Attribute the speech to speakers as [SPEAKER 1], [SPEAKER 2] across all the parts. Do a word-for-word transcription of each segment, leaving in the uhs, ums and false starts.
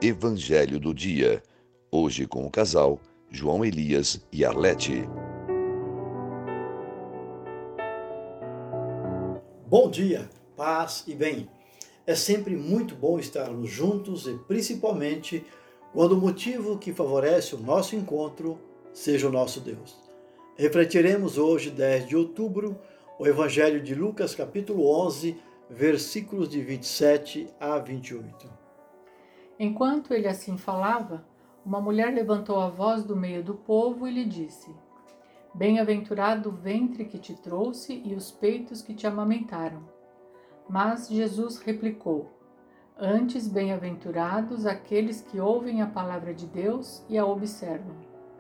[SPEAKER 1] Evangelho do Dia. Hoje com o casal João Elias e Arlete.
[SPEAKER 2] Bom dia, paz e bem. É sempre muito bom estarmos juntos e principalmente quando o motivo que favorece o nosso encontro seja o nosso Deus. Refletiremos hoje, dez de outubro, o Evangelho de Lucas, capítulo onze, versículos de vinte e sete a vinte e oito.
[SPEAKER 3] Enquanto ele assim falava, uma mulher levantou a voz do meio do povo e lhe disse: Bem-aventurado o ventre que te trouxe e os peitos que te amamentaram. Mas Jesus replicou: Antes, bem-aventurados aqueles que ouvem a palavra de Deus e a observam.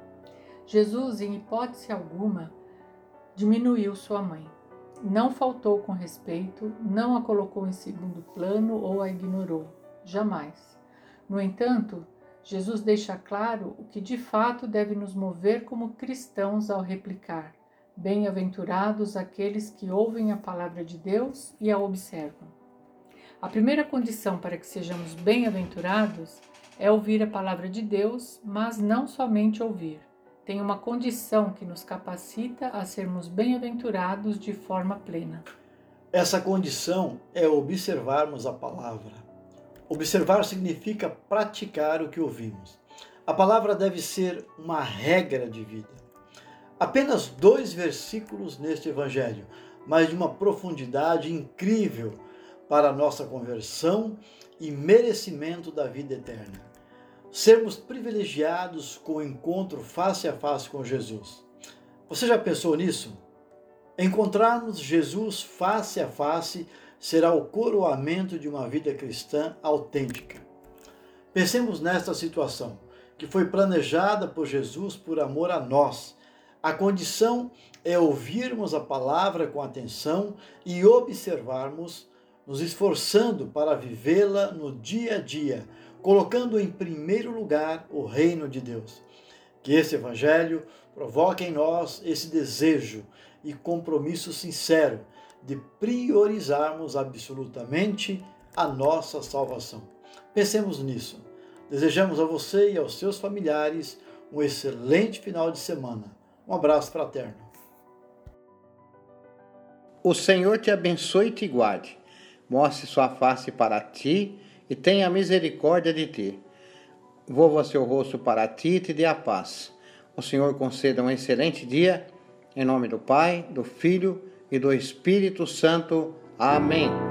[SPEAKER 3] Jesus, em hipótese alguma, diminuiu sua mãe. Não faltou com respeito, não a colocou em segundo plano ou a ignorou. Jamais. No entanto, Jesus deixa claro o que de fato deve nos mover como cristãos ao replicar: Bem-aventurados aqueles que ouvem a palavra de Deus e a observam. A primeira condição para que sejamos bem-aventurados é ouvir a palavra de Deus, mas não somente ouvir. Tem uma condição que nos capacita a sermos bem-aventurados de forma plena.
[SPEAKER 2] Essa condição é observarmos a palavra. Observar significa praticar o que ouvimos. A palavra deve ser uma regra de vida. Apenas dois versículos neste evangelho, mas de uma profundidade incrível para a nossa conversão e merecimento da vida eterna. Sermos privilegiados com o encontro face a face com Jesus. Você já pensou nisso? Encontrarmos Jesus face a face será o coroamento de uma vida cristã autêntica. Pensemos nesta situação, que foi planejada por Jesus por amor a nós. A condição é ouvirmos a palavra com atenção e observarmos, nos esforçando para vivê-la no dia a dia, colocando em primeiro lugar o reino de Deus. Que esse evangelho provoque em nós esse desejo e compromisso sincero de priorizarmos absolutamente a nossa salvação. Pensemos nisso. Desejamos a você e aos seus familiares um excelente final de semana. Um abraço fraterno.
[SPEAKER 4] O Senhor te abençoe e te guarde. Mostre sua face para ti e tenha misericórdia de ti. Volva seu rosto para ti e te dê a paz. O Senhor conceda um excelente dia. Em nome do Pai, do Filho e do Espírito Santo. Amém.